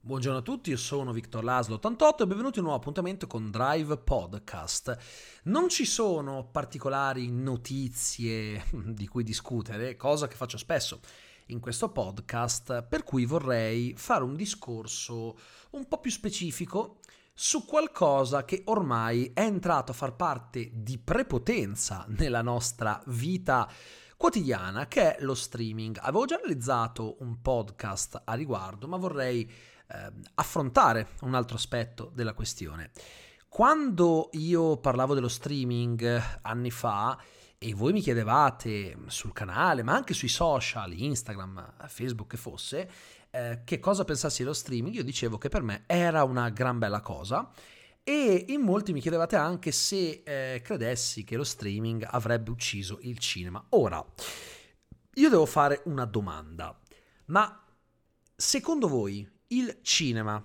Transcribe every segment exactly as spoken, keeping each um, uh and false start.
Buongiorno a tutti, io sono Victor Laszlo ottantotto e benvenuti in un nuovo appuntamento con Drive Podcast. Non ci sono particolari notizie di cui discutere, cosa che faccio spesso in questo podcast, per cui vorrei fare un discorso un po' più specifico su qualcosa che ormai è entrato a far parte di prepotenza nella nostra vita quotidiana, che è lo streaming. Avevo già realizzato un podcast a riguardo, ma vorrei eh, affrontare un altro aspetto della questione. Quando io parlavo dello streaming anni fa e voi mi chiedevate sul canale, ma anche sui social, Instagram, Facebook che fosse, eh, che cosa pensassi dello streaming, io dicevo che per me era una gran bella cosa. E in molti mi chiedevate anche se eh, credessi che lo streaming avrebbe ucciso il cinema. Ora, io devo fare una domanda, ma secondo voi il cinema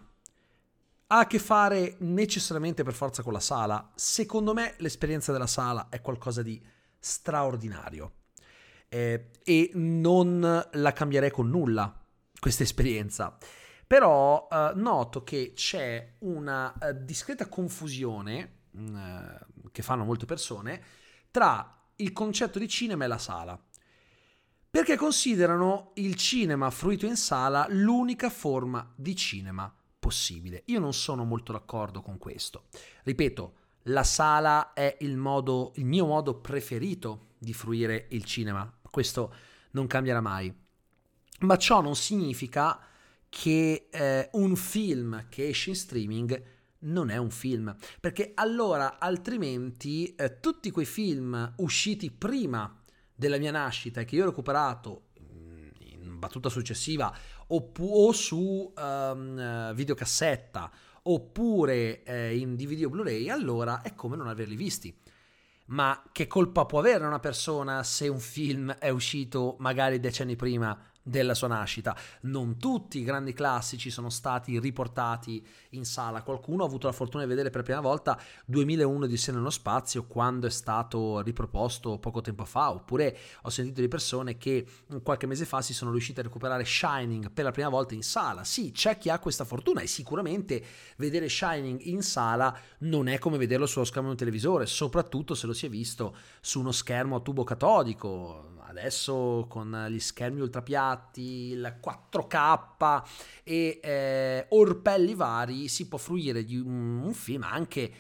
ha a che fare necessariamente per forza con la sala? Secondo me l'esperienza della sala è qualcosa di straordinario eh, e non la cambierei con nulla, questa esperienza. Però eh, noto che c'è una eh, discreta confusione mh, eh, che fanno molte persone tra il concetto di cinema e la sala, perché considerano il cinema fruito in sala l'unica forma di cinema possibile. Io non sono molto d'accordo con questo. Ripeto, la sala è il modo, il mio modo preferito di fruire il cinema. Questo non cambierà mai. Ma ciò non significa che eh, un film che esce in streaming non è un film, perché allora altrimenti eh, tutti quei film usciti prima della mia nascita e che io ho recuperato in battuta successiva oppu- o su um, videocassetta oppure eh, in D V D o Blu-ray, allora è come non averli visti. Ma che colpa può avere una persona se un film è uscito magari decenni prima della sua nascita? Non tutti i grandi classici sono stati riportati in sala. Qualcuno ha avuto la fortuna di vedere per la prima volta duemilauno Odissea nello spazio quando è stato riproposto poco tempo fa, oppure ho sentito di persone che qualche mese fa si sono riusciti a recuperare Shining per la prima volta in sala. Sì, c'è chi ha questa fortuna e sicuramente vedere Shining in sala non è come vederlo sullo schermo di un televisore, soprattutto se lo si è visto su uno schermo a tubo catodico. Adesso con gli schermi ultrapiatti, il quattro K e eh, orpelli vari si può fruire di un, un film anche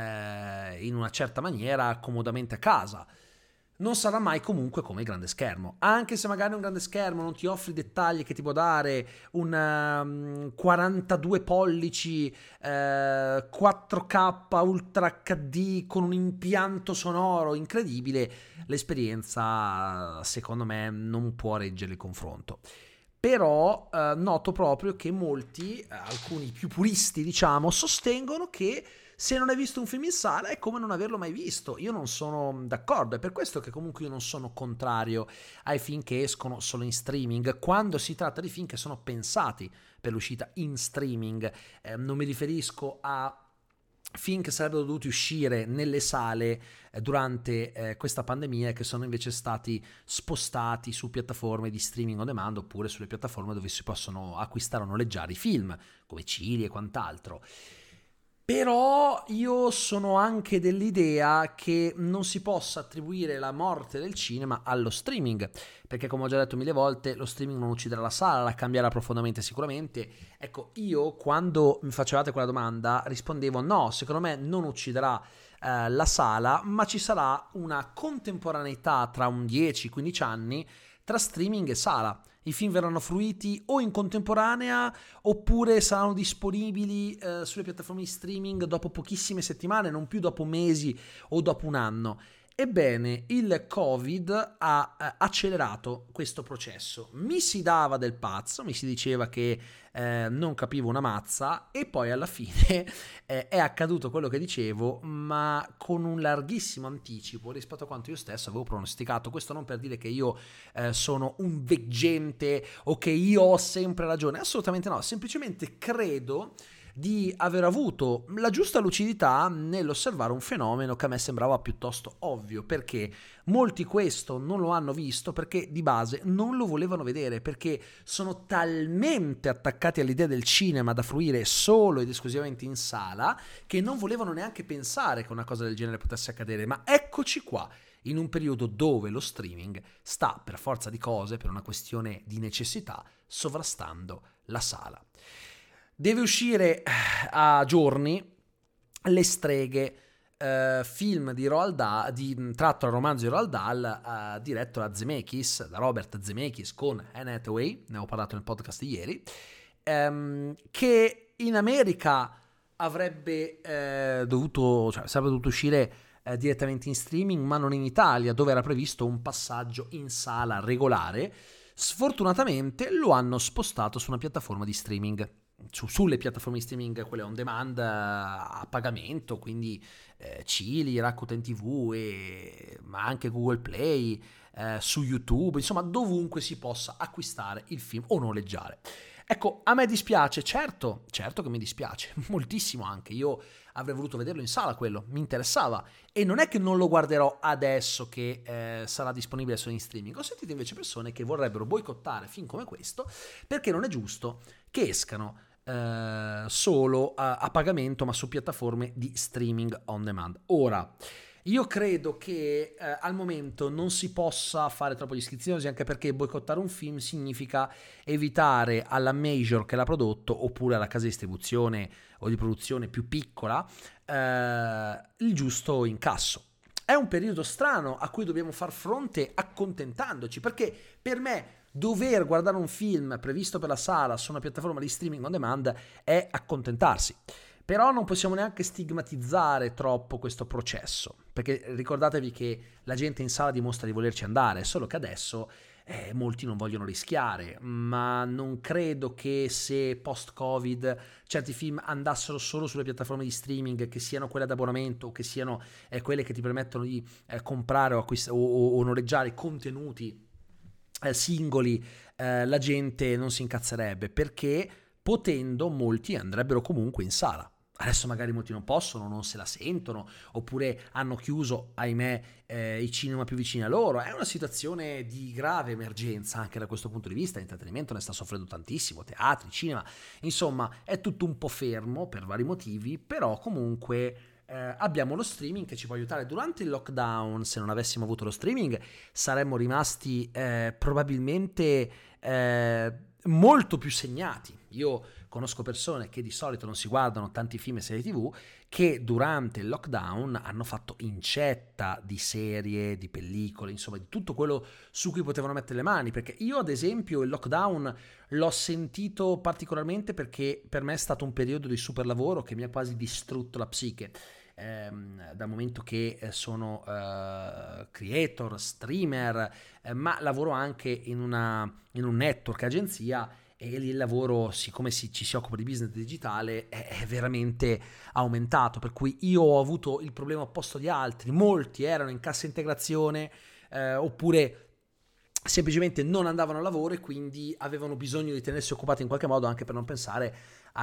eh, in una certa maniera comodamente a casa. Non sarà mai comunque come il grande schermo, anche se magari un grande schermo non ti offre i dettagli che ti può dare un um, quarantadue pollici eh, quattro K Ultra H D con un impianto sonoro incredibile. L'esperienza secondo me non può reggere il confronto. Però eh, noto proprio che molti, eh, alcuni più puristi diciamo, sostengono che se non hai visto un film in sala è come non averlo mai visto. Io non sono d'accordo, è per questo che comunque io non sono contrario ai film che escono solo in streaming, quando si tratta di film che sono pensati per l'uscita in streaming. Eh, non mi riferisco a film che sarebbero dovuti uscire nelle sale eh, durante eh, questa pandemia e che sono invece stati spostati su piattaforme di streaming on demand oppure sulle piattaforme dove si possono acquistare o noleggiare i film, come Cili e quant'altro. Però io sono anche dell'idea che non si possa attribuire la morte del cinema allo streaming, perché come ho già detto mille volte, lo streaming non ucciderà la sala, la cambierà profondamente sicuramente. Ecco, io quando mi facevate quella domanda rispondevo no, secondo me non ucciderà eh, la sala, ma ci sarà una contemporaneità tra un dieci quindici anni tra streaming e sala. I film verranno fruiti o in contemporanea oppure saranno disponibili eh, sulle piattaforme di streaming dopo pochissime settimane, non più dopo mesi o dopo un anno. Ebbene, il Covid ha eh, accelerato questo processo. Mi si dava del pazzo, mi si diceva che eh, non capivo una mazza e poi alla fine eh, è accaduto quello che dicevo, ma con un larghissimo anticipo rispetto a quanto io stesso avevo pronosticato. Questo non per dire che io eh, sono un veggente o che io ho sempre ragione, assolutamente no, semplicemente credo di aver avuto la giusta lucidità nell'osservare un fenomeno che a me sembrava piuttosto ovvio, perché molti questo non lo hanno visto perché di base non lo volevano vedere, perché sono talmente attaccati all'idea del cinema da fruire solo ed esclusivamente in sala che non volevano neanche pensare che una cosa del genere potesse accadere. Ma eccoci qua, in un periodo dove lo streaming sta, per forza di cose, per una questione di necessità, sovrastando la sala. Deve uscire a giorni Le Streghe, eh, film di Roald Dahl, di, tratto dal romanzo di Roald Dahl, eh, diretto da Zemeckis, da Robert Zemeckis con Anne Hathaway, ne ho parlato nel podcast di ieri, ehm, che in America avrebbe eh, dovuto, cioè sarebbe dovuto uscire eh, direttamente in streaming, ma non in Italia, dove era previsto un passaggio in sala regolare. Sfortunatamente lo hanno spostato su una piattaforma di streaming. Su, sulle piattaforme di streaming, quelle on demand a pagamento, quindi eh, Cili, Rakuten T V, e, ma anche Google Play, eh, su YouTube, insomma dovunque si possa acquistare il film o noleggiare. Ecco, a me dispiace, certo, certo che mi dispiace, moltissimo anche, io avrei voluto vederlo in sala quello, mi interessava, e non è che non lo guarderò adesso che eh, sarà disponibile solo in streaming. Ho sentito invece persone che vorrebbero boicottare film come questo perché non è giusto che escano Uh, solo a, a pagamento, ma su piattaforme di streaming on demand. Ora, io credo che uh, al momento non si possa fare troppo gli schizzinosi, anche perché boicottare un film significa evitare alla major che l'ha prodotto, oppure alla casa di distribuzione o di produzione più piccola, uh, il giusto incasso. È un periodo strano a cui dobbiamo far fronte accontentandoci, perché per me dover guardare un film previsto per la sala su una piattaforma di streaming on demand è accontentarsi. Però non possiamo neanche stigmatizzare troppo questo processo, perché ricordatevi che la gente in sala dimostra di volerci andare, solo che adesso eh, molti non vogliono rischiare, ma non credo che se post-Covid certi film andassero solo sulle piattaforme di streaming, che siano quelle ad abbonamento o che siano eh, quelle che ti permettono di eh, comprare o, acquist- o, o, o noleggiare contenuti singoli, eh, la gente non si incazzerebbe, perché potendo molti andrebbero comunque in sala. Adesso magari molti non possono, non se la sentono, oppure hanno chiuso, ahimè, eh, i cinema più vicini a loro. È una situazione di grave emergenza anche da questo punto di vista. L'intrattenimento ne sta soffrendo tantissimo, teatri, cinema, insomma è tutto un po' fermo per vari motivi, però comunque Eh, abbiamo lo streaming che ci può aiutare. Durante il lockdown, se non avessimo avuto lo streaming, saremmo rimasti eh, probabilmente eh, molto più segnati. Io conosco persone che di solito non si guardano tanti film e serie tv, che durante il lockdown hanno fatto incetta di serie, di pellicole, insomma di tutto quello su cui potevano mettere le mani. Perché io ad esempio il lockdown l'ho sentito particolarmente perché per me è stato un periodo di super lavoro che mi ha quasi distrutto la psiche. Ehm, dal momento che sono uh, creator, streamer, eh, ma lavoro anche in, una, in un network agenzia, e lì il lavoro, siccome si, ci si occupa di business digitale, è, è veramente aumentato, per cui io ho avuto il problema opposto di altri. Molti erano in cassa integrazione eh, oppure semplicemente non andavano a lavoro e quindi avevano bisogno di tenersi occupati in qualche modo, anche per non pensare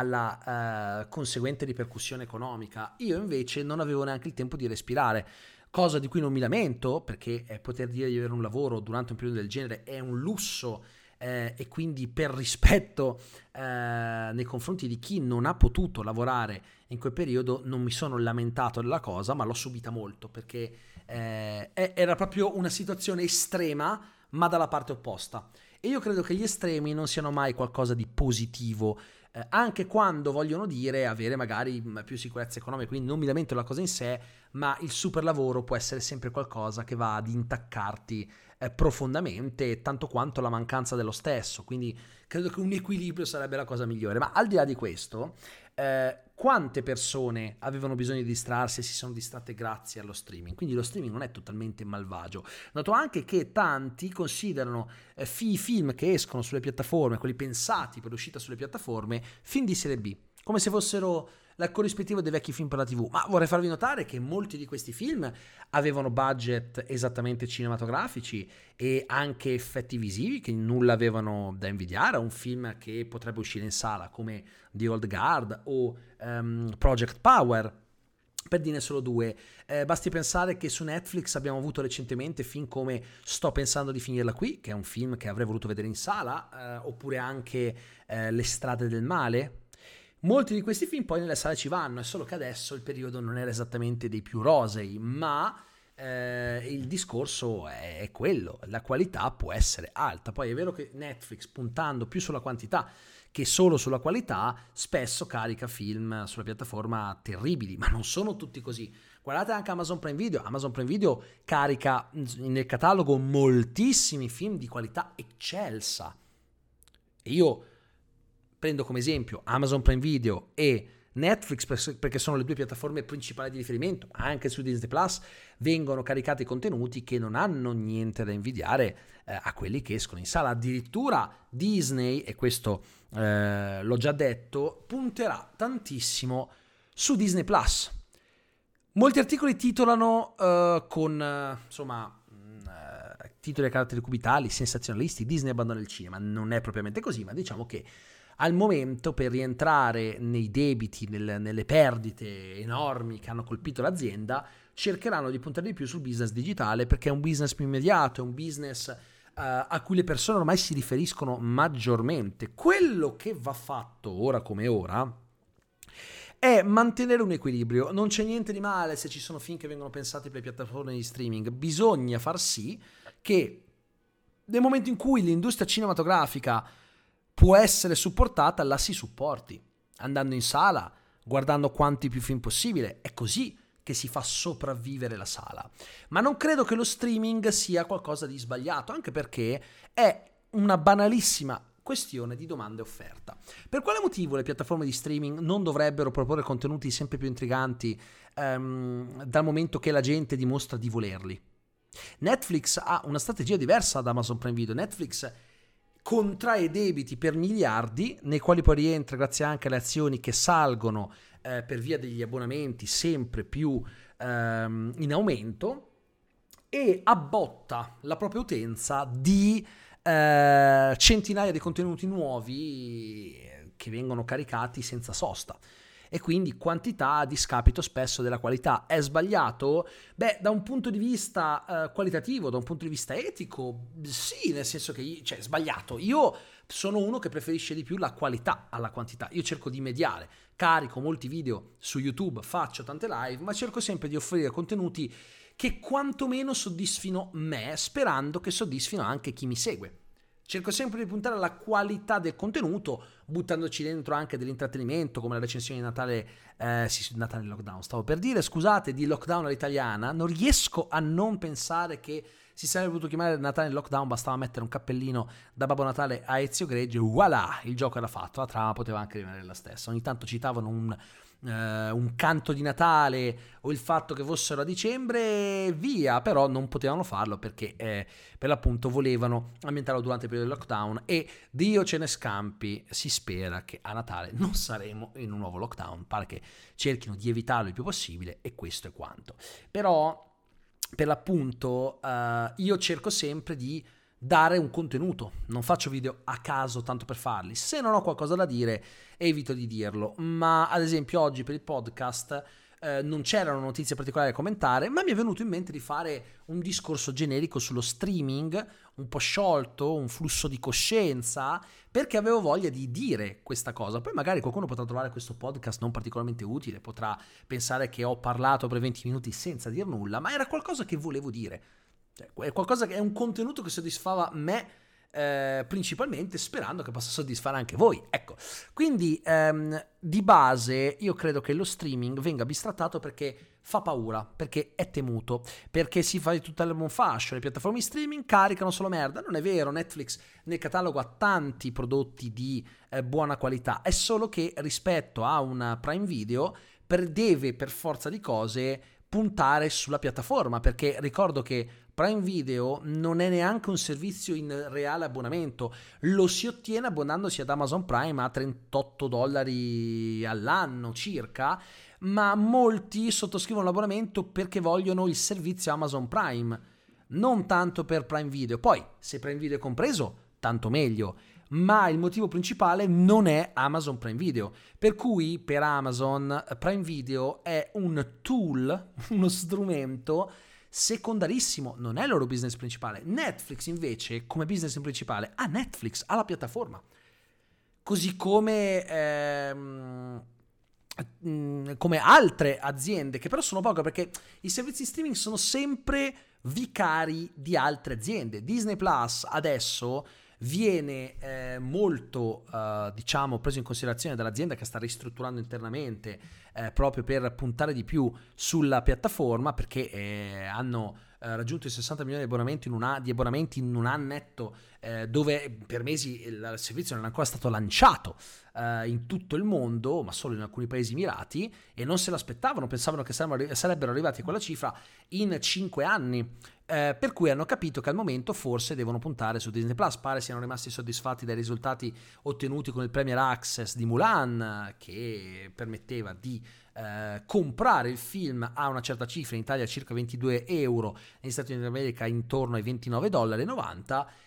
alla uh, conseguente ripercussione economica. Io invece non avevo neanche il tempo di respirare, cosa di cui non mi lamento, perché eh, poter dire di avere un lavoro durante un periodo del genere è un lusso, eh, e quindi per rispetto eh, nei confronti di chi non ha potuto lavorare in quel periodo non mi sono lamentato della cosa, ma l'ho subita molto, perché eh, era proprio una situazione estrema ma dalla parte opposta. E io credo che gli estremi non siano mai qualcosa di positivo, eh, anche quando vogliono dire avere magari più sicurezza economica. Quindi non mi lamento della cosa in sé, ma il super lavoro può essere sempre qualcosa che va ad intaccarti eh, profondamente, tanto quanto la mancanza dello stesso. Quindi credo che un equilibrio sarebbe la cosa migliore. Ma al di là di questo, eh, quante persone avevano bisogno di distrarsi e si sono distratte grazie allo streaming? Quindi lo streaming non è totalmente malvagio. Noto anche che tanti considerano eh, i film che escono sulle piattaforme, quelli pensati per l'uscita sulle piattaforme, film di serie B, come se fossero la corrispettiva dei vecchi film per la tivù, ma vorrei farvi notare che molti di questi film avevano budget esattamente cinematografici e anche effetti visivi che nulla avevano da invidiare a un film che potrebbe uscire in sala come The Old Guard o um, Project Power, per dirne solo due. Eh, basti pensare che su Netflix abbiamo avuto recentemente film come Sto pensando di finirla qui, che è un film che avrei voluto vedere in sala, eh, oppure anche eh, Le strade del male. Molti di questi film poi nelle sale ci vanno, è solo che adesso il periodo non era esattamente dei più rosei, ma eh, il discorso è, è quello, la qualità può essere alta. Poi è vero che Netflix, puntando più sulla quantità che solo sulla qualità, spesso carica film sulla piattaforma terribili, ma non sono tutti così. Guardate anche Amazon Prime Video, Amazon Prime Video carica nel catalogo moltissimi film di qualità eccelsa. E io prendo come esempio Amazon Prime Video e Netflix perché sono le due piattaforme principali di riferimento. Anche su Disney Plus vengono caricati contenuti che non hanno niente da invidiare eh, a quelli che escono in sala. Addirittura Disney, e questo eh, l'ho già detto, punterà tantissimo su Disney Plus. Molti articoli titolano eh, con eh, insomma eh, titoli a caratteri cubitali, sensazionalisti: Disney abbandona il cinema. Non è propriamente così, ma diciamo che al momento, per rientrare nei debiti, nel, nelle perdite enormi che hanno colpito l'azienda, cercheranno di puntare di più sul business digitale, perché è un business più immediato, è un business uh, a cui le persone ormai si riferiscono maggiormente. Quello che va fatto ora come ora è mantenere un equilibrio. Non c'è niente di male se ci sono film che vengono pensati per le piattaforme di streaming. Bisogna far sì che nel momento in cui l'industria cinematografica può essere supportata, la si supporti, andando in sala, guardando quanti più film possibile. È così che si fa sopravvivere la sala. Ma non credo che lo streaming sia qualcosa di sbagliato, anche perché è una banalissima questione di domanda e offerta. Per quale motivo le piattaforme di streaming non dovrebbero proporre contenuti sempre più intriganti ehm, dal momento che la gente dimostra di volerli? Netflix ha una strategia diversa da Amazon Prime Video. Netflix contrae debiti per miliardi, nei quali poi rientra grazie anche alle azioni che salgono eh, per via degli abbonamenti sempre più ehm, in aumento, e abbotta la propria utenza di eh, centinaia di contenuti nuovi che vengono caricati senza sosta. E quindi quantità a discapito spesso della qualità. È sbagliato? Beh, da un punto di vista eh, qualitativo, da un punto di vista etico, sì, nel senso che, cioè, è sbagliato. Io sono uno che preferisce di più la qualità alla quantità. Io cerco di mediare, carico molti video su YouTube, faccio tante live, ma cerco sempre di offrire contenuti che quantomeno soddisfino me, sperando che soddisfino anche chi mi segue. Cerco sempre di puntare alla qualità del contenuto, buttandoci dentro anche dell'intrattenimento, come la recensione di Natale, eh, sì, Natale Lockdown, stavo per dire, scusate, di Lockdown all'italiana. Non riesco a non pensare che si sarebbe potuto chiamare Natale Lockdown, bastava mettere un cappellino da Babbo Natale a Ezio Greggio, voilà, il gioco era fatto, la trama poteva anche rimanere la stessa. Ogni tanto citavano un... Uh, un canto di Natale o il fatto che fossero a dicembre, via, però non potevano farlo perché eh, per l'appunto volevano ambientarlo durante il periodo del lockdown, e Dio ce ne scampi, si spera che a Natale non saremo in un nuovo lockdown, pare che cerchino di evitarlo il più possibile, e questo è quanto. Però per l'appunto uh, io cerco sempre di dare un contenuto, non faccio video a caso tanto per farli. Se non ho qualcosa da dire evito di dirlo, ma ad esempio oggi per il podcast eh, non c'erano notizie particolari da commentare, ma mi è venuto in mente di fare un discorso generico sullo streaming, un po' sciolto, un flusso di coscienza, perché avevo voglia di dire questa cosa. Poi magari qualcuno potrà trovare questo podcast non particolarmente utile, potrà pensare che ho parlato per venti minuti senza dir nulla, ma era qualcosa che volevo dire. È qualcosa che è un contenuto che soddisfava me eh, principalmente, sperando che possa soddisfare anche voi. Ecco, quindi ehm, di base io credo che lo streaming venga bistrattato perché fa paura, perché è temuto, perché si fa di tutta la buon fascio. Le piattaforme di streaming caricano solo merda. Non è vero, Netflix nel catalogo ha tanti prodotti di eh, buona qualità, è solo che rispetto a una Prime Video per, deve per forza di cose puntare sulla piattaforma, perché ricordo che Prime Video non è neanche un servizio in reale abbonamento, lo si ottiene abbonandosi ad Amazon Prime a trentotto dollari all'anno circa, ma molti sottoscrivono l'abbonamento perché vogliono il servizio Amazon Prime, non tanto per Prime Video. Poi, se Prime Video è compreso, tanto meglio, ma il motivo principale non è Amazon Prime Video, per cui per Amazon Prime Video è un tool, uno strumento secondarissimo, non è il loro business principale. Netflix invece, come business principale, ha Netflix, ha la piattaforma, così come ehm, come altre aziende, che però sono poche, perché i servizi streaming sono sempre vicari di altre aziende. Disney Plus adesso viene eh, molto eh, diciamo preso in considerazione dall'azienda che sta ristrutturando internamente eh, proprio per puntare di più sulla piattaforma, perché eh, hanno eh, raggiunto i sessanta milioni di abbonamenti in un, a- di abbonamenti in un annetto, eh, dove per mesi il servizio non è ancora stato lanciato eh, in tutto il mondo, ma solo in alcuni paesi mirati, e non se l'aspettavano, pensavano che sarebbero, sarebbero arrivati a quella cifra in cinque anni. Eh, per cui hanno capito che al momento forse devono puntare su Disney Plus. Pare siano rimasti soddisfatti dai risultati ottenuti con il Premier Access di Mulan, che permetteva di eh, comprare il film a una certa cifra, in Italia circa ventidue euro, negli Stati Uniti d'America intorno ai ventinove virgola novanta dollari.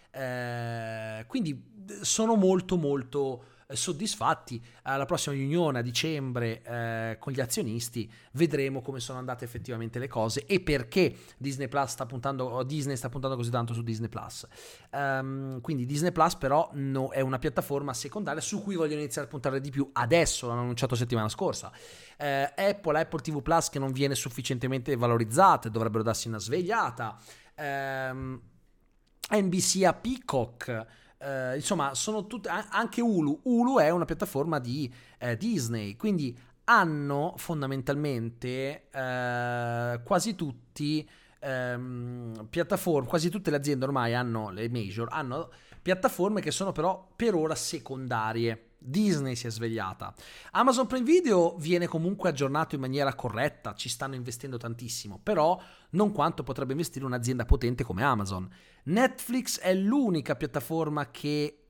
Eh, quindi sono molto molto soddisfatti. Alla prossima riunione a dicembre eh, con gli azionisti vedremo come sono andate effettivamente le cose e perché Disney Plus sta puntando Disney sta puntando così tanto su Disney Plus. Um, quindi Disney Plus però no, è una piattaforma secondaria su cui vogliono iniziare a puntare di più adesso, l'hanno annunciato settimana scorsa. uh, Apple Apple ti vu Plus che non viene sufficientemente valorizzata, dovrebbero darsi una svegliata. um, N B C a Peacock. Uh, insomma, sono tutte, anche Hulu. Hulu è una piattaforma di eh, Disney, quindi hanno fondamentalmente eh, quasi tutti ehm, piattaforme, quasi tutte le aziende ormai hanno, le major, hanno piattaforme che sono però per ora secondarie. Disney si è svegliata. Amazon Prime Video viene comunque aggiornato in maniera corretta, ci stanno investendo tantissimo, però non quanto potrebbe investire un'azienda potente come Amazon. Netflix è l'unica piattaforma che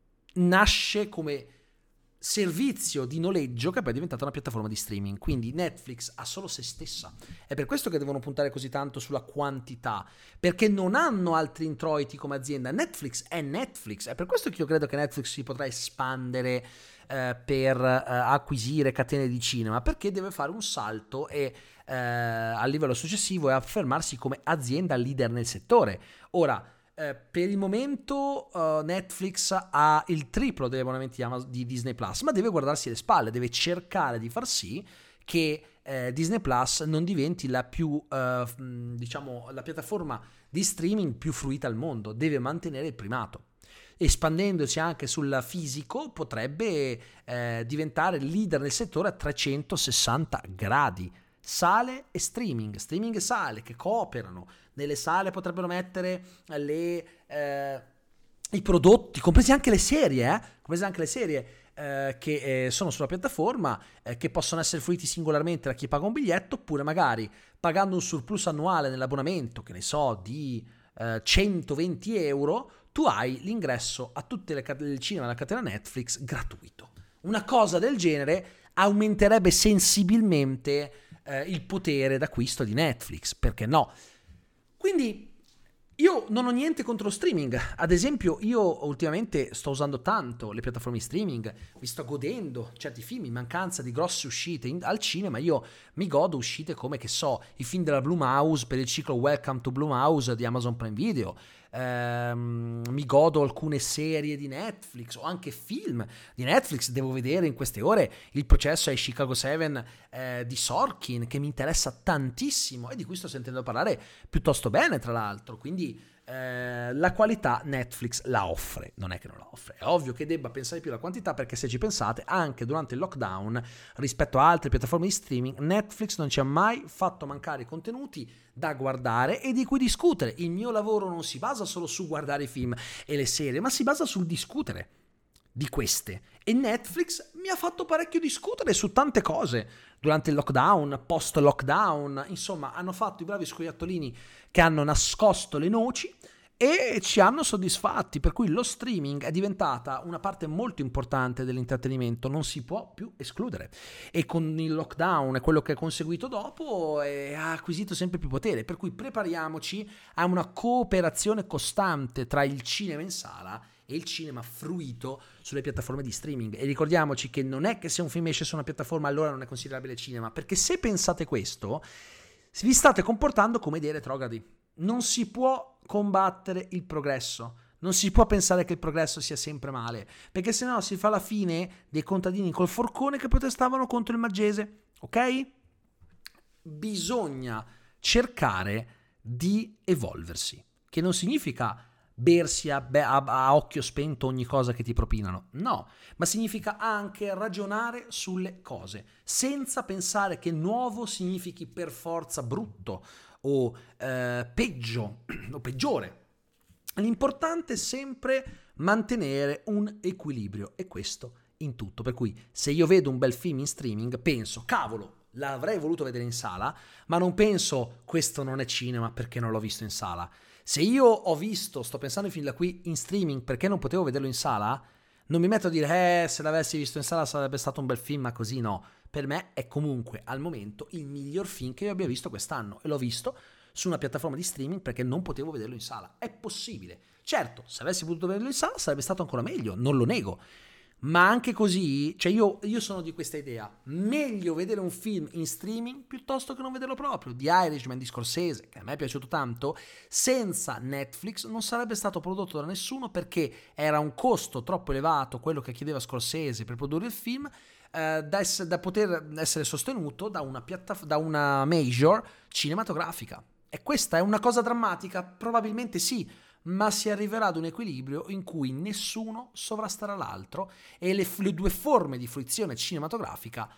nasce come servizio di noleggio che poi è diventata una piattaforma di streaming, quindi Netflix ha solo se stessa. È per questo che devono puntare così tanto sulla quantità, perché non hanno altri introiti come azienda. Netflix è Netflix, è per questo che io credo che Netflix si potrà espandere eh, per eh, acquisire catene di cinema, perché deve fare un salto e eh, a livello successivo e affermarsi come azienda leader nel settore. Ora, Uh, per il momento uh, Netflix ha il triplo degli abbonamenti di, Amazon, di Disney Plus, ma deve guardarsi le spalle, deve cercare di far sì che uh, Disney Plus non diventi la più, uh, diciamo, la piattaforma di streaming più fruita al mondo, deve mantenere il primato. Espandendosi anche sul fisico potrebbe uh, diventare leader nel settore a trecentosessanta gradi. Sale e streaming, streaming e sale che cooperano. Nelle sale potrebbero mettere le, eh, i prodotti, compresi anche le serie, eh? comprese anche le serie eh, che eh, sono sulla piattaforma, eh, che possono essere fruiti singolarmente da chi paga un biglietto, oppure magari pagando un surplus annuale nell'abbonamento, che ne so, di eh, centoventi euro, tu hai l'ingresso a tutte le cat- il cinema della catena Netflix gratuito. Una cosa del genere aumenterebbe sensibilmente eh, il potere d'acquisto di Netflix, perché no? Quindi io non ho niente contro streaming. Ad esempio, io ultimamente sto usando tanto le piattaforme di streaming, mi sto godendo certi film in mancanza di grosse uscite in, al cinema. Io mi godo uscite come, che so, i film della Blumhouse per il ciclo Welcome to Blumhouse di Amazon Prime Video. Ehm, mi godo alcune serie di Netflix o anche film di Netflix. Devo vedere in queste ore il processo ai Chicago sette eh, di Sorkin, che mi interessa tantissimo e di cui sto sentendo parlare piuttosto bene, tra l'altro. Quindi eh, la qualità Netflix la offre, non è che non la offre. È ovvio che debba pensare più alla quantità, perché se ci pensate, anche durante il lockdown, rispetto a altre piattaforme di streaming, Netflix non ci ha mai fatto mancare contenuti da guardare e di cui discutere. Il mio lavoro non si basa solo su guardare i film e le serie, ma si basa sul discutere di queste. E Netflix mi ha fatto parecchio discutere su tante cose durante il lockdown, post lockdown, insomma hanno fatto i bravi scoiattolini che hanno nascosto le noci e ci hanno soddisfatti, per cui lo streaming è diventata una parte molto importante dell'intrattenimento, non si può più escludere, e con il lockdown e quello che è conseguito dopo eh, ha acquisito sempre più potere, per cui prepariamoci a una cooperazione costante tra il cinema in sala e il cinema fruito sulle piattaforme di streaming. E ricordiamoci che non è che se un film esce su una piattaforma allora non è considerabile cinema, perché se pensate questo vi state comportando come dei retrogradi. Non si può combattere il progresso, non si può pensare che il progresso sia sempre male, perché sennò si fa la fine dei contadini col forcone che protestavano contro il Maggese, ok? Bisogna cercare di evolversi, che non significa bersi a, a, a occhio spento ogni cosa che ti propinano, no, ma significa anche ragionare sulle cose, senza pensare che nuovo significhi per forza brutto o eh, peggio o peggiore. L'importante è sempre mantenere un equilibrio, e questo in tutto, per cui se io vedo un bel film in streaming penso cavolo, l'avrei voluto vedere in sala, ma non penso questo non è cinema perché non l'ho visto in sala. Se io ho visto, sto pensando fin da qui in streaming perché non potevo vederlo in sala, non mi metto a dire eh se l'avessi visto in sala sarebbe stato un bel film, ma così no. Per me è comunque al momento il miglior film che io abbia visto quest'anno, e l'ho visto su una piattaforma di streaming perché non potevo vederlo in sala. È possibile. Certo, se avessi potuto vederlo in sala sarebbe stato ancora meglio, non lo nego. Ma anche così, cioè io, io sono di questa idea, meglio vedere un film in streaming piuttosto che non vederlo proprio. The Irishman di Scorsese, che a me è piaciuto tanto, senza Netflix non sarebbe stato prodotto da nessuno, perché era un costo troppo elevato quello che chiedeva Scorsese per produrre il film, eh, da, essere, da poter essere sostenuto da una, piattaf- da una major cinematografica. E questa è una cosa drammatica? Probabilmente sì, ma si arriverà ad un equilibrio in cui nessuno sovrasterà l'altro e le, le due forme di fruizione cinematografica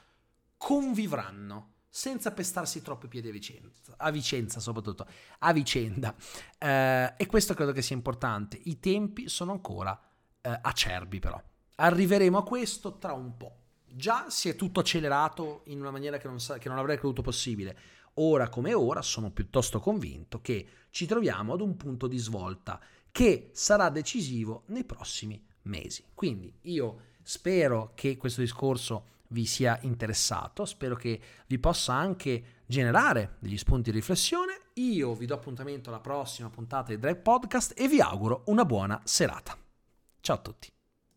convivranno senza pestarsi troppo i piedi a vicenda, a Vicenza soprattutto, a vicenda. Eh, e questo credo che sia importante. I tempi sono ancora eh, acerbi, però. Arriveremo a questo tra un po'. Già si è tutto accelerato in una maniera che non, sa- che non avrei creduto possibile. Ora come ora sono piuttosto convinto che ci troviamo ad un punto di svolta che sarà decisivo nei prossimi mesi. Quindi io spero che questo discorso vi sia interessato, spero che vi possa anche generare degli spunti di riflessione. Io vi do appuntamento alla prossima puntata di Drive Podcast e vi auguro una buona serata. Ciao a tutti.